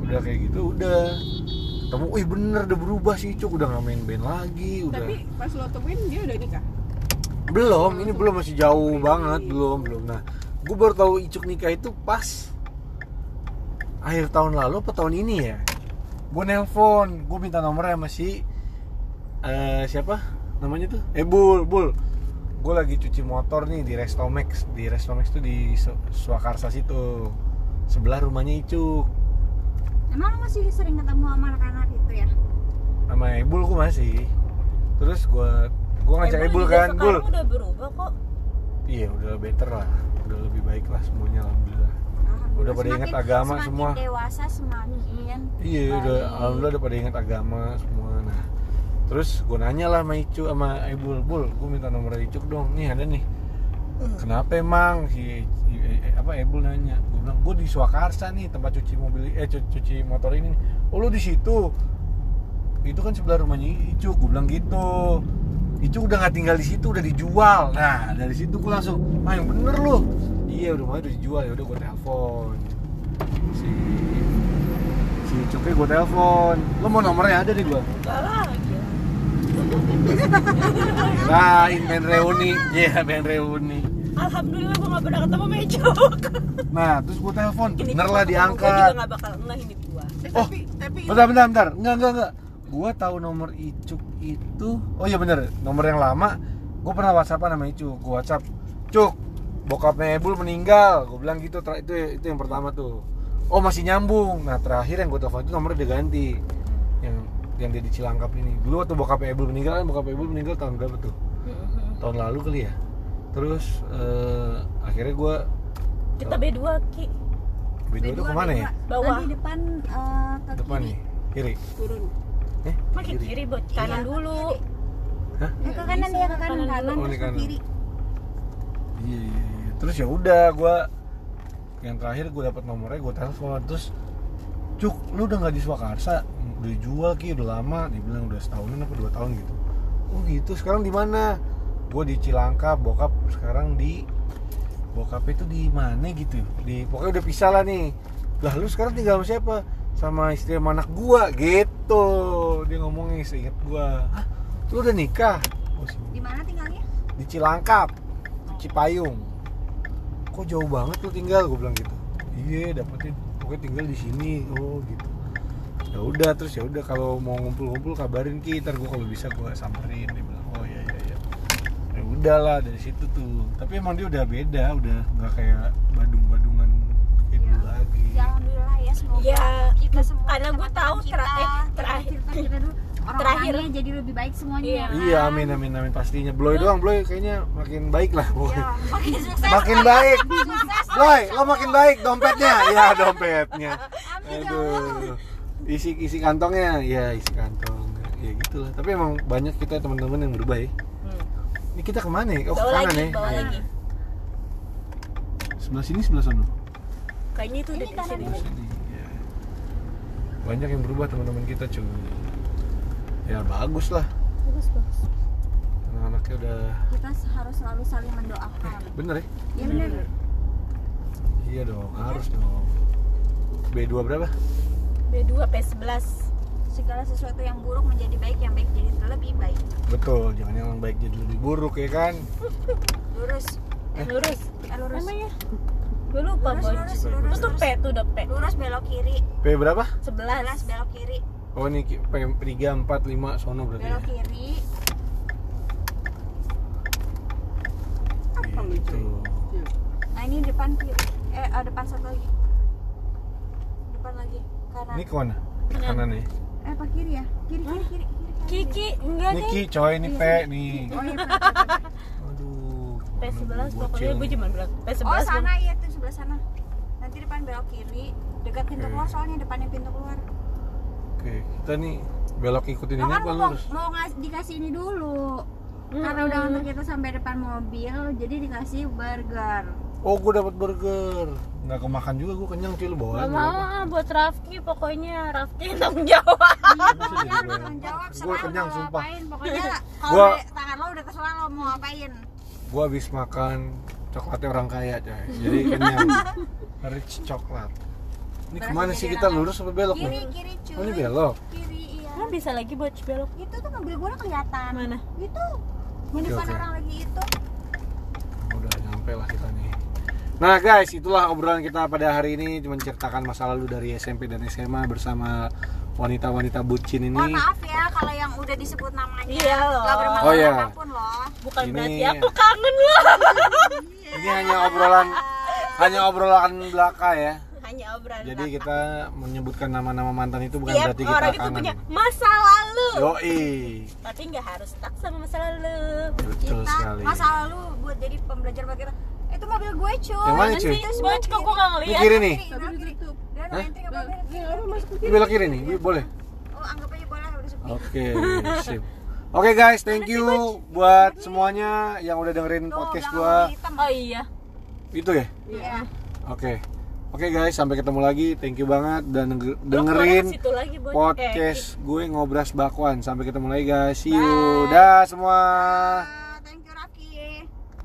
udah kayak gitu udah ketemu, wih bener udah berubah sih Icuk, udah nggak main band lagi udah. Tapi pas lo temuin dia udah nikah? Belum, ini belum, masih jauh banget, belum belum. Nah, gue baru tahu Icuk nikah itu pas akhir tahun lalu apa tahun ini ya. Gue nelpon, gue minta nomornya sama si uh, siapa namanya tuh? Eh Bul, Bul. Gue lagi cuci motor nih di Restomex, di Restomex tuh di Swakarsa situ, sebelah rumahnya Icuk. Emang lu masih sering ketemu sama anak-anak itu ya? Sama Ebul gue masih. Terus gue gue ngajak Ebul juga kan, Bul. sekarang udah berubah kok. Iya udah better lah, udah lebih baik lah semuanya alhamdulillah. Udah pada ingat agama semakin semua. Semakin dewasa semakin Iya baik. udah alhamdulillah udah pada ingat agama semua. Nah terus gue nanya lah sama Icu sama Ebul, Bul, gue minta nomor Icuk dong. Nih ada nih. Kenapa emang si eh, apa Ebul nanya? Gue bilang gue di Swakarsa nih tempat cuci mobil eh cu- cuci motor ini. Oh lu di situ? Itu kan sebelah rumahnya Icuk. Gue bilang gitu. Icuk udah nggak tinggal di situ, udah dijual. Nah dari situ gue langsung, ah yang bener lu. Iya rumahnya udah dijual, ya udah gue telepon. Si si Icuknya gue telepon. Lo mau nomornya ada nih gue. Enggak lah gila. Lain main reuni, iya yeah, main reuni. Alhamdulillah gue gak pernah ketemu Mecuk. Nah terus gue telepon, Ini bener gua lah ketemu, diangkat. Gue juga gak bakal ngeh ini gua. Eh, Oh, tapi tapi bentar bentar bentar, enggak enggak enggak. Gue tahu nomor Icuk itu, oh iya bener, nomor yang lama. Gue pernah WhatsAppan sama Icuk, gue WhatsApp, Cuk, bokapnya Ebul meninggal. Gue bilang gitu, ter- itu itu yang pertama tuh. Oh masih nyambung. Nah terakhir yang gue telepon itu nomornya udah ganti, yang yang dia di Cilangkap ini. Dulu waktu bokapnya Ebul meninggal kan, bokapnya Ebul meninggal tahun berapa tuh? Tahun lalu kali ya. Terus uh, akhirnya gue Kita B dua Ki. B dua itu kemana ya? Bawah. Nanti depan eh, ke Depan kiri. nih, kiri. turun. Eh, Makin kiri buat kanan Iya. dulu. Hah? Eh, ke kanan dia ke kanan Kanan kanan dulu. Oh, terus ini ke kanan. kiri. Iya, iya, iya. Terus ya udah gue yang terakhir gue dapat nomornya, gue telepon. Terus Cuk, lu udah nggak di Swakarsa? Udah jual Ki, udah lama. Dia bilang udah setahunan apa dua tahun gitu. Oh gitu, sekarang di mana? Gue di Cilangkap, bokap sekarang di bokap itu di mana gitu? Di pokoknya udah pisah lah nih. Lah lu sekarang tinggal sama siapa? Sama istri sama anak gua gitu. Dia ngomongnya seingat gua. Hah? Lu udah nikah? Oh, sih. Di mana tinggalnya? Di Cilangkap, Cipayung. Kok jauh banget lu tinggal? Gue bilang gitu. Iya, dapetnya pokoknya tinggal di sini. Oh gitu. Ya udah, terus ya udah kalau mau ngumpul-ngumpul kabarin Ki, ntar gue kalau bisa gue samperin. Dia bilang oh iya iya iya. Ya udahlah dari situ tuh. Tapi emang dia udah beda, udah nggak kayak badung-badungan kayak dulu lagi. Ya alhamdulillah ya, semoga Ya, kita semua karena gue teman-teman tahu kita, terakhir kita terakhir cerita kita dulu Terakhir. orang-orangnya jadi lebih baik semuanya. Iya. ya kan? Iya, amin amin amin pastinya. Bloy doang, Bloy kayaknya makin baik lah. Bloy. Iya, makin sukses. Makin baik. Bloy, lo makin baik dompetnya. Ya, dompetnya. Amin ya Allah. Aduh. Isi isi kantongnya, ya isi kantong. Ya gitulah. Tapi emang banyak kita teman-teman yang berubah ya. Hmm. Ini kita kemana ya? Oh, ke Bawa kanan lagi, ya. bawa Iya. lagi. Sebelah sini, sebelah sana. Kayaknya itu udah Ini di kanan sini. Sebelah sini. Ya. Banyak yang berubah teman-teman kita, cuy. Ya bagus lah. Bagus, bagus. Anak-anaknya udah Kita harus selalu saling mendoakan. bener ya? Iya benar. Iya dong, harus dong. B dua berapa? B dua P sebelas. Segala sesuatu yang buruk menjadi baik, yang baik jadi lebih baik. Betul, jangan yang baik jadi lebih buruk ya kan? Lurus. Eh, lurus. Eh, lurus. Namanya? Gue lupa, Lurus, Boy. lurus, Itu lurus. Itu P tuh udah P. Lurus belok kiri. P berapa? sebelas. Belas belok kiri. Oh ini P tiga, empat, lima sono berarti ya? Belok kiri. Apa lu Gitu. cuy? Nah ini depan kiri. Eh oh, depan satu lagi. Depan lagi. Kanan. Ini ke mana? Kanan. Kanan nih. Eh apa kiri ya? Kiri kiri kiri. kiri kanan. Kiki, enggak Ini deh. Ki, coy, ini P nih. Oh iya. benar, benar. Aduh. P sebelas bocil. pokoknya gue cuma bilang P Oh sebelas. sana iya tuh sebelah sana. Nanti depan belok kiri. Dekat pintu Oke. keluar soalnya depannya pintu keluar. Oke, kita nih belok ikutin Lo ini kan apa mau, lurus? mau ngas, dikasih ini dulu. Hmm. Karena udah nganter kita sampai depan mobil, jadi dikasih burger. Oh, gue dapat burger. Nggak kemakan juga, gue kenyang cuy, lu bawa Gak aja. mau ah, buat Rafki pokoknya Rafki tanggung jawab. Bisa jadi Jangan bayar. tanggung jawab, Gue serah kenyang mau sumpah. ngapain. Pokoknya kalau Gua- dari tangan lo udah terserah lo mau ngapain. Gue habis makan coklatnya orang kaya coy. Jadi kenyang. Rich coklat. Ini kemana sih kita, lurus apa belok Kiri, nih? kiri cuy. Oh ini belok. Kiri, iya. Kan bisa lagi buat belok. Itu tuh mobil gue udah kelihatan. Mana? Itu. Di depan oke. orang lagi itu. Udah nyampe lah kita nih. Nah guys, itulah obrolan kita pada hari ini, menceritakan masa lalu dari S M P dan S M A bersama wanita-wanita bucin ini. Mohon maaf ya kalau yang udah disebut namanya. Iya loh. Gak bermaksud Oh, iya. apapun loh. Bukan Ini- berarti aku kangen loh. Ini hanya obrolan hanya obrolan belaka ya. Hanya obrolan. Jadi belaka. kita menyebutkan nama-nama mantan itu bukan Tiap berarti kita orang itu kangen. punya masa lalu. Yoi. Tapi nggak harus stuck sama masa lalu. Betul Kita sekali. masa lalu buat jadi pembelajar bagi kita. Itu mobil gue cuy. Yang mana, cuy? Itu Gue kok gue nggak Ini ngeliat. kiri nih. Kiri, belok kiri. Dan Hah? entry nggak boleh. Ini apa masuk Ini belok kiri nih, boleh? Oh anggap aja boleh udah sepi. Oke, sip. Oke guys, thank you buat semuanya yang udah dengerin Tuh, podcast yang gua. warna hitam. Oh iya. Itu ya? Iya. Oke. Oke guys, sampai ketemu lagi. Thank you banget dan denger- Lu dengerin kemana ke situ lagi, Boy? podcast gue Ngobras Bakwan. Sampai ketemu lagi guys. See you. Bye. Dah semua.